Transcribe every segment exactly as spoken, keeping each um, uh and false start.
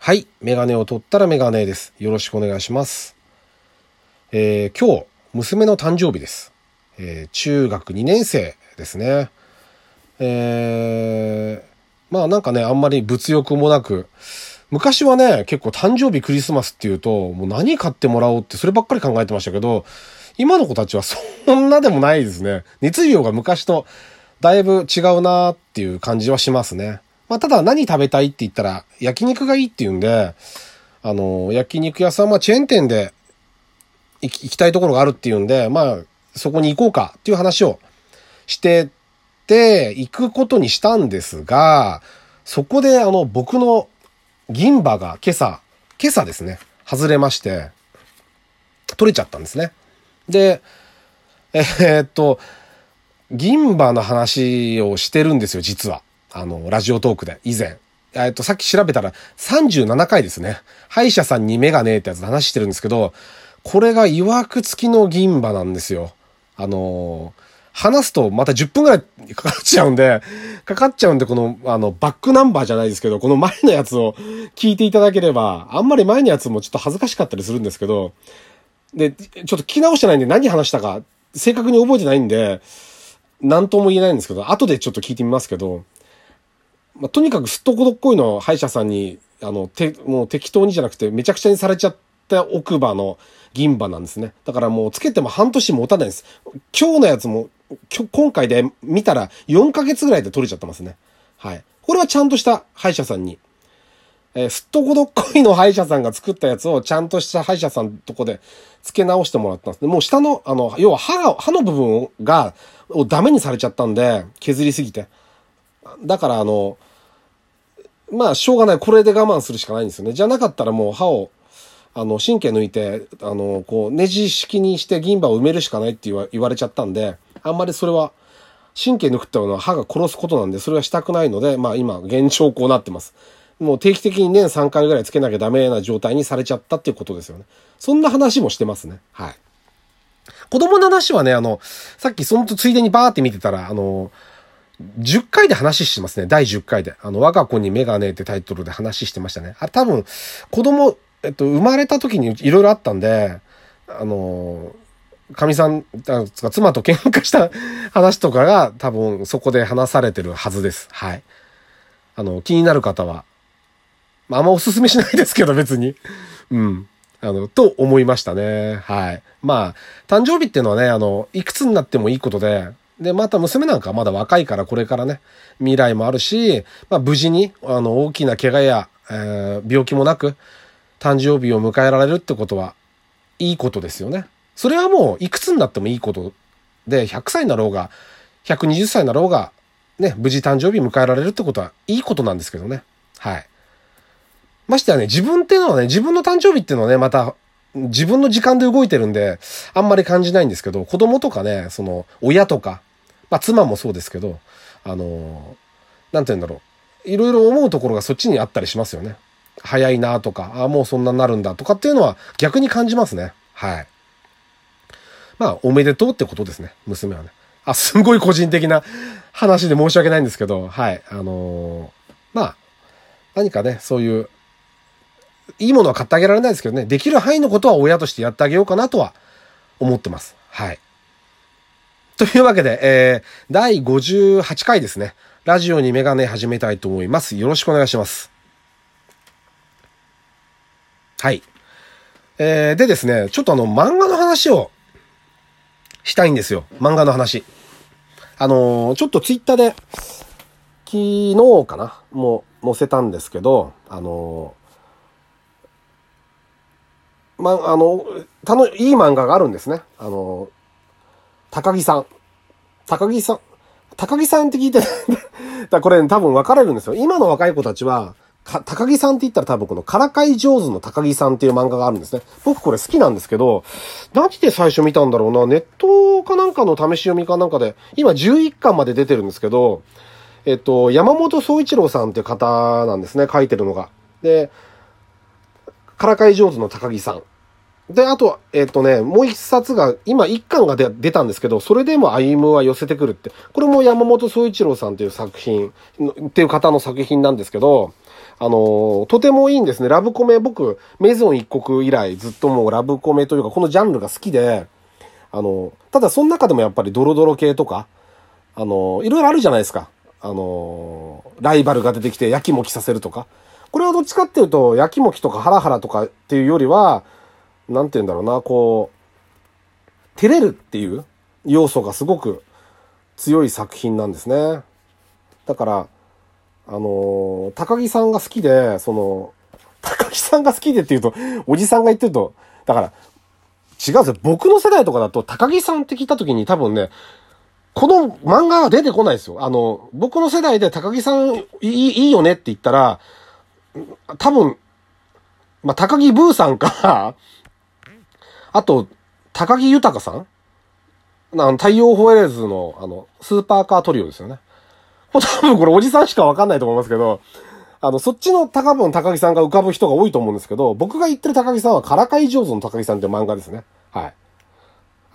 はい。メガネを取ったらメガネです。よろしくお願いします。えー、今日、娘の誕生日です。えー、中学にねん生ですね。えー、まあなんかね、あんまり物欲もなく、昔はね、結構誕生日クリスマスっていうと、もう何買ってもらおうってそればっかり考えてましたけど、今の子たちはそんなでもないですね。熱量が昔とだいぶ違うなっていう感じはしますね。まあただ何食べたいって言ったら焼肉がいいって言うんで、あの、焼肉屋さんはチェーン店で行き、行きたいところがあるっていうんで、まあそこに行こうかっていう話をしてて、行くことにしたんですが、そこであの僕の銀歯が今朝、今朝ですね、外れまして、取れちゃったんですね。で、えー、っと、銀歯の話をしてるんですよ、実は。あの、ラジオトークで、以前。えっと、さっき調べたらさんじゅうななかいですね。歯医者さんに目がねえってやつで話してるんですけど、これが曰く付きの銀歯なんですよ。あのー、話すとまたじゅっぷんぐらいかかっちゃうんで、かかっちゃうんで、この、あの、バックナンバーじゃないですけど、この前のやつを聞いていただければ、あんまり前のやつもちょっと恥ずかしかったりするんですけど、で、ちょっと聞き直してないんで何話したか正確に覚えてないんで、なんとも言えないんですけど、後でちょっと聞いてみますけど、まあ、とにかくすっとこどっこいの歯医者さんに、あの、て、もう適当にじゃなくてめちゃくちゃにされちゃった奥歯の銀歯なんですね。だからもうつけても半年持たないんです。今日のやつも、今今回で見たらよんかげつぐらいで取れちゃってますね。はい。これはちゃんとした歯医者さんに、えー、すっとこどっこいの歯医者さんが作ったやつをちゃんとした歯医者さんのとこで付け直してもらったんですね。もう下の、あの、要は歯が、歯の部分が、をダメにされちゃったんで、削りすぎて。だからあの、まあ、しょうがない。これで我慢するしかないんですよね。じゃなかったらもう歯を、あの、神経抜いて、あの、こう、ネジ式にして銀歯を埋めるしかないって言わ、言われちゃったんで、あんまりそれは、神経抜くっていうのは歯が殺すことなんで、それはしたくないので、まあ今、現状こうなってます。もう定期的に年さんかいぐらいつけなきゃダメな状態にされちゃったっていうことですよね。そんな話もしてますね。はい。子供の話はね、あの、さっきそのついでにバーって見てたら、あの、じゅっかいで話してますね。だいじゅっかいで。あの、我が子にメガネってタイトルで話してましたね。あ、多分、子供、えっと、生まれた時にいろいろあったんで、あの、神さん、妻と喧嘩した話とかが多分そこで話されてるはずです。はい。あの、気になる方は、まあ、あんまおすすめしないですけど、別に。うん。あの、と思いましたね。はい。まあ、誕生日っていうのはね、あの、いくつになってもいいことで、で、また娘なんかまだ若いからこれからね、未来もあるし、まあ無事に、あの、大きな怪我や、えー、病気もなく、誕生日を迎えられるってことは、いいことですよね。それはもう、いくつになってもいいことで、ひゃくさいになろうが、ひゃくにじゅっさいになろうが、ね、無事誕生日迎えられるってことはいいことなんですけどね。はい。ましてやね、自分っていうのはね、自分の誕生日っていうのはね、また、自分の時間で動いてるんで、あんまり感じないんですけど、子供とかね、その、親とか、まあ、妻もそうですけど、あの、なんて言うんだろう。いろいろ思うところがそっちにあったりしますよね。早いなとか、ああ、もうそんなになるんだとかっていうのは逆に感じますね。はい。まあ、おめでとうってことですね、娘はね。あ、すんごい個人的な話で申し訳ないんですけど、はい。あのー、まあ、何かね、そういう、いいものは買ってあげられないですけどね、できる範囲のことは親としてやってあげようかなとは思ってます。はい。というわけで、えー、だいごじゅうはちかいですね。ラジオにメガネ始めたいと思います。よろしくお願いします。はい。えー、でですね、ちょっとあの、漫画の話をしたいんですよ。漫画の話。あのー、ちょっとツイッターで、昨日かなもう載せたんですけど、あのー、ま、あの、たの、いい漫画があるんですね。あのー、高木さん。高木さん。高木さんって聞いてだこれ、ね、多分分かれるんですよ。今の若い子たちは、か高木さんって言ったら多分このからかい上手の高木さんっていう漫画があるんですね。僕これ好きなんですけど、何で最初見たんだろうな。ネットかなんかの試し読みかなんかで、今じゅういっかんまで出てるんですけど、えっと、山本宗一郎さんっていう方なんですね。書いてるのが。で、からかい上手の高木さん。で、あとは、えっとね、もう一冊が、今一巻が出出たんですけど、それでも歩夢は寄せてくるって。これも山本宗一郎さんという作品、っていう方の作品なんですけど、 あの、とてもいいんですね。ラブコメ、僕、メゾン一国以来ずっともうラブコメというか、このジャンルが好きで、あの、ただその中でもやっぱりドロドロ系とか、あの、いろいろあるじゃないですか。あの、ライバルが出てきてやきもきさせるとか。これはどっちかっていうと、やきもきとかハラハラとかっていうよりは、なんて言うんだろうな、こう、照れるっていう要素がすごく強い作品なんですね。だから、あのー、高木さんが好きで、その、高木さんが好きでって言うと、おじさんが言ってると、だから、違うんですよ。僕の世代とかだと、高木さんって聞いた時に多分ね、この漫画が出てこないですよ。あの、僕の世代で高木さんいい、いいよねって言ったら、多分、まあ、高木ブーさんか、あと、高木豊さんあの、太陽ホエールズの、あの、スーパーカートリオですよね。多分これおじさんしかわかんないと思いますけど、あの、そっちの高分高木さんが浮かぶ人が多いと思うんですけど、僕が言ってる高木さんはからかい上手の高木さんっていう漫画ですね。はい。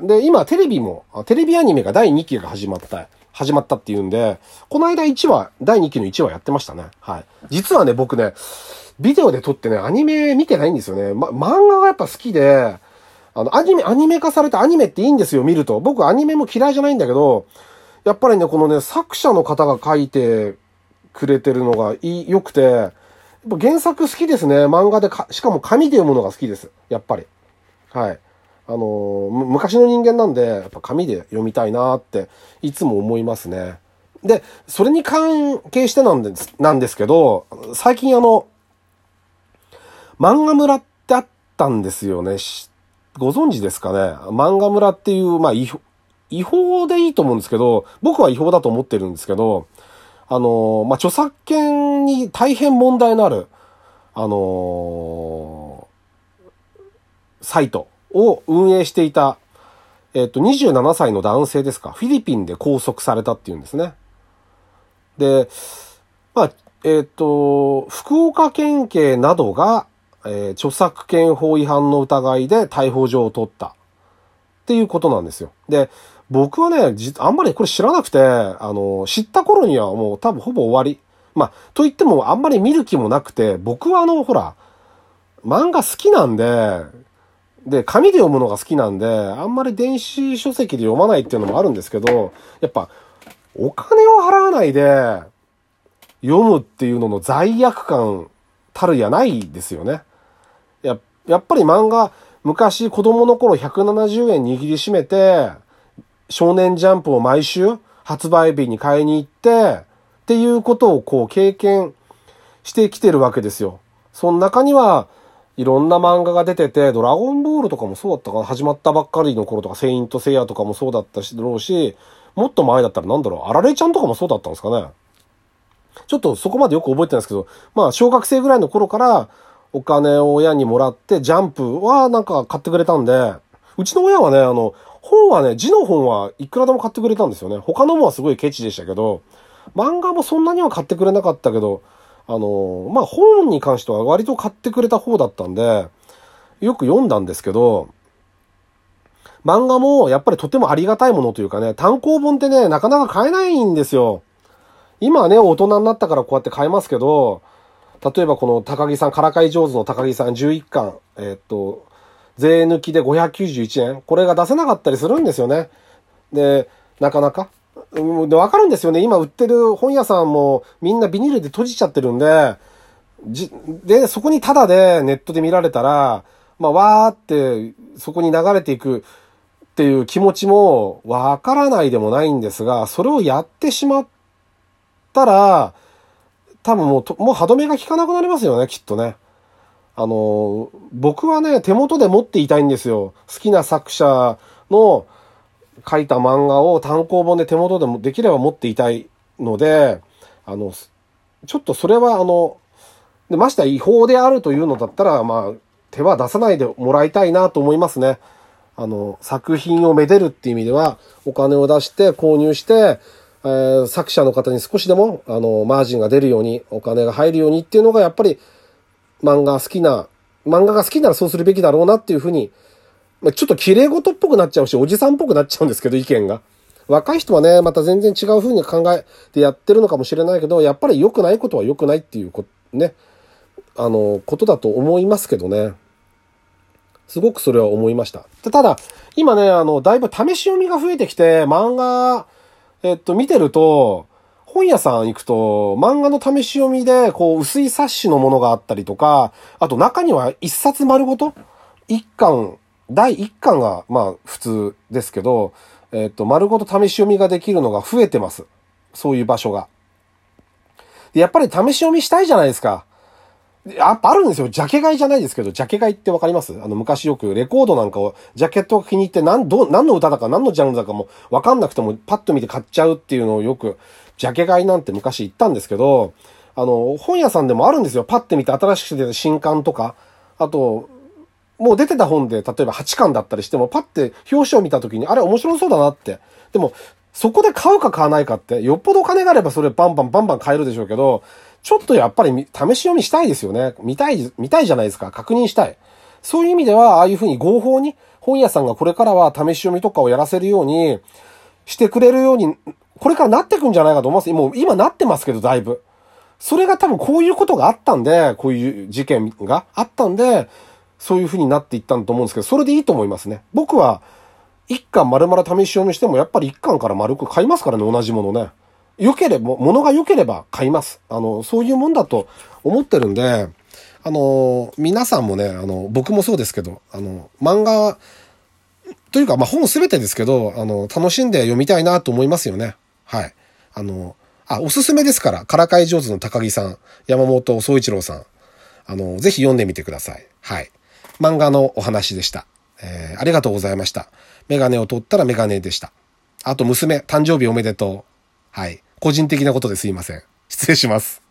で、今テレビも、テレビアニメがだいにきが始まった、始まったっていうんで、この間いちわ、だいにきのいちわやってましたね。はい。実はね、僕ね、ビデオで撮ってね、アニメ見てないんですよね。ま、漫画がやっぱ好きで、あの、アニメ、アニメ化されたアニメっていいんですよ、見ると。僕アニメも嫌いじゃないんだけど、やっぱりね、このね、作者の方が書いてくれてるのがいい、良くて、やっぱ原作好きですね。漫画でか、しかも紙で読むのが好きです。やっぱり。はい。あのー、昔の人間なんで、やっぱ紙で読みたいなーって、いつも思いますね。で、それに関係してなんです、なんですけど、最近あの、漫画村ってあったんですよね。ご存知ですかね。漫画村っていう、まあ、違法、違法でいいと思うんですけど、僕は違法だと思ってるんですけど、あの、まあ、著作権に大変問題のある、あのー、サイトを運営していた、えっと、にじゅうななさいの男性ですか。フィリピンで拘束されたっていうんですね。で、まあ、えっと、福岡県警などが、えー、著作権法違反の疑いで逮捕状を取ったっていうことなんですよ。で、僕はね、あんまりこれ知らなくて、あの、知った頃にはもう多分ほぼ終わり。まあ、と言ってもあんまり見る気もなくて、僕はあの、ほら、漫画好きなんで、で、紙で読むのが好きなんで、あんまり電子書籍で読まないっていうのもあるんですけど、やっぱ、お金を払わないで読むっていうのの罪悪感たるやないですよね。や、やっぱり漫画、昔子供の頃ひゃくななじゅうえん握りしめて、少年ジャンプを毎週発売日に買いに行って、っていうことをこう経験してきてるわけですよ。その中にはいろんな漫画が出てて、ドラゴンボールとかもそうだったかな、始まったばっかりの頃とか、セイントセイヤとかもそうだったし、だろうし、もっと前だったらなんだろう、あられちゃんとかもそうだったんですかね。ちょっとそこまでよく覚えてないんですけど、まあ小学生ぐらいの頃からお金を親にもらって、ジャンプはなんか買ってくれたんで、うちの親はね、あの、本はね、字の本はいくらでも買ってくれたんですよね。他のもはすごいケチでしたけど、漫画もそんなには買ってくれなかったけど、あの、まあ、本に関しては割と買ってくれた方だったんで、よく読んだんですけど、漫画もやっぱりとてもありがたいものというかね、単行本ってね、なかなか買えないんですよ。今はね、大人になったからこうやって買えますけど、例えばこの高木さん、からかい上手の高木さんじゅういっかん、えー、っと、税抜きでごひゃくきゅうじゅういちえん、これが出せなかったりするんですよね。で、なかなか。で、わかるんですよね。今売ってる本屋さんもみんなビニールで閉じちゃってるんで、じ、で、そこにタダでネットで見られたら、まあ、わーってそこに流れていくっていう気持ちもわからないでもないんですが、それをやってしまったら、多分もうと、もう歯止めが効かなくなりますよね、きっとね。あの、僕はね、手元で持っていたいんですよ。好きな作者の書いた漫画を単行本で手元でもできれば持っていたいので、あの、ちょっとそれはあの、でまして違法であるというのだったら、まあ、手は出さないでもらいたいなと思いますね。あの、作品をめでるっていう意味では、お金を出して購入して、えー、作者の方に少しでも、あの、マージンが出るように、お金が入るようにっていうのが、やっぱり、漫画好きな、漫画が好きならそうするべきだろうなっていうふうに、ちょっと綺麗事っぽくなっちゃうし、おじさんっぽくなっちゃうんですけど、意見が。若い人はね、また全然違うふうに考えてやってるのかもしれないけど、やっぱり良くないことは良くないっていうこと、ね。 あの、ことだと思いますけどね。すごくそれは思いました。でただ、今ね、あの、だいぶ試し読みが増えてきて、漫画、えっと、見てると、本屋さん行くと、漫画の試し読みで、こう、薄い冊子のものがあったりとか、あと中には一冊丸ごと一巻、だいいっかんが、まあ、普通ですけど、えっと、丸ごと試し読みができるのが増えてます。そういう場所が。でやっぱり試し読みしたいじゃないですか。やっぱあるんですよ。ジャケ買いじゃないですけど、ジャケ買いってわかります？あの、昔よくレコードなんかを、ジャケットが気に入って、なん、ど、何の歌だか何のジャンルだかもわかんなくても、パッと見て買っちゃうっていうのをよく、ジャケ買いなんて昔言ったんですけど、あの、本屋さんでもあるんですよ。パッて見て新しく出た新刊とか、あと、もう出てた本で、例えばはちかんだったりしても、パッて表紙を見た時に、あれ面白そうだなって。でも、そこで買うか買わないかって、よっぽどお金があればそれバンバンバンバン買えるでしょうけど、ちょっとやっぱり試し読みしたいですよね。見たい、見たいじゃないですか。確認したい。そういう意味では、ああいうふうに合法に、本屋さんがこれからは試し読みとかをやらせるように、してくれるように、これからなってくんじゃないかと思います。もう今なってますけど、だいぶ。それが多分こういうことがあったんで、こういう事件があったんで、そういう風になっていったんだと思うんですけど、それでいいと思いますね。僕は、一巻丸々試し読みしても、やっぱり一巻から丸く買いますからね、同じものね。良ければ、物が良ければ買います。あの、そういうもんだと思ってるんで、あの、皆さんもね、あの、僕もそうですけど、あの、漫画、というか、まあ、本すべてですけど、あの、楽しんで読みたいなと思いますよね。はい。あの、あ、おすすめですから、からかい上手の高木さん、山本総一郎さん、あの、ぜひ読んでみてください。はい。漫画のお話でした。えー、ありがとうございました。メガネを取ったらメガネでした。あと娘、誕生日おめでとう。はい。個人的なことですいません。失礼します。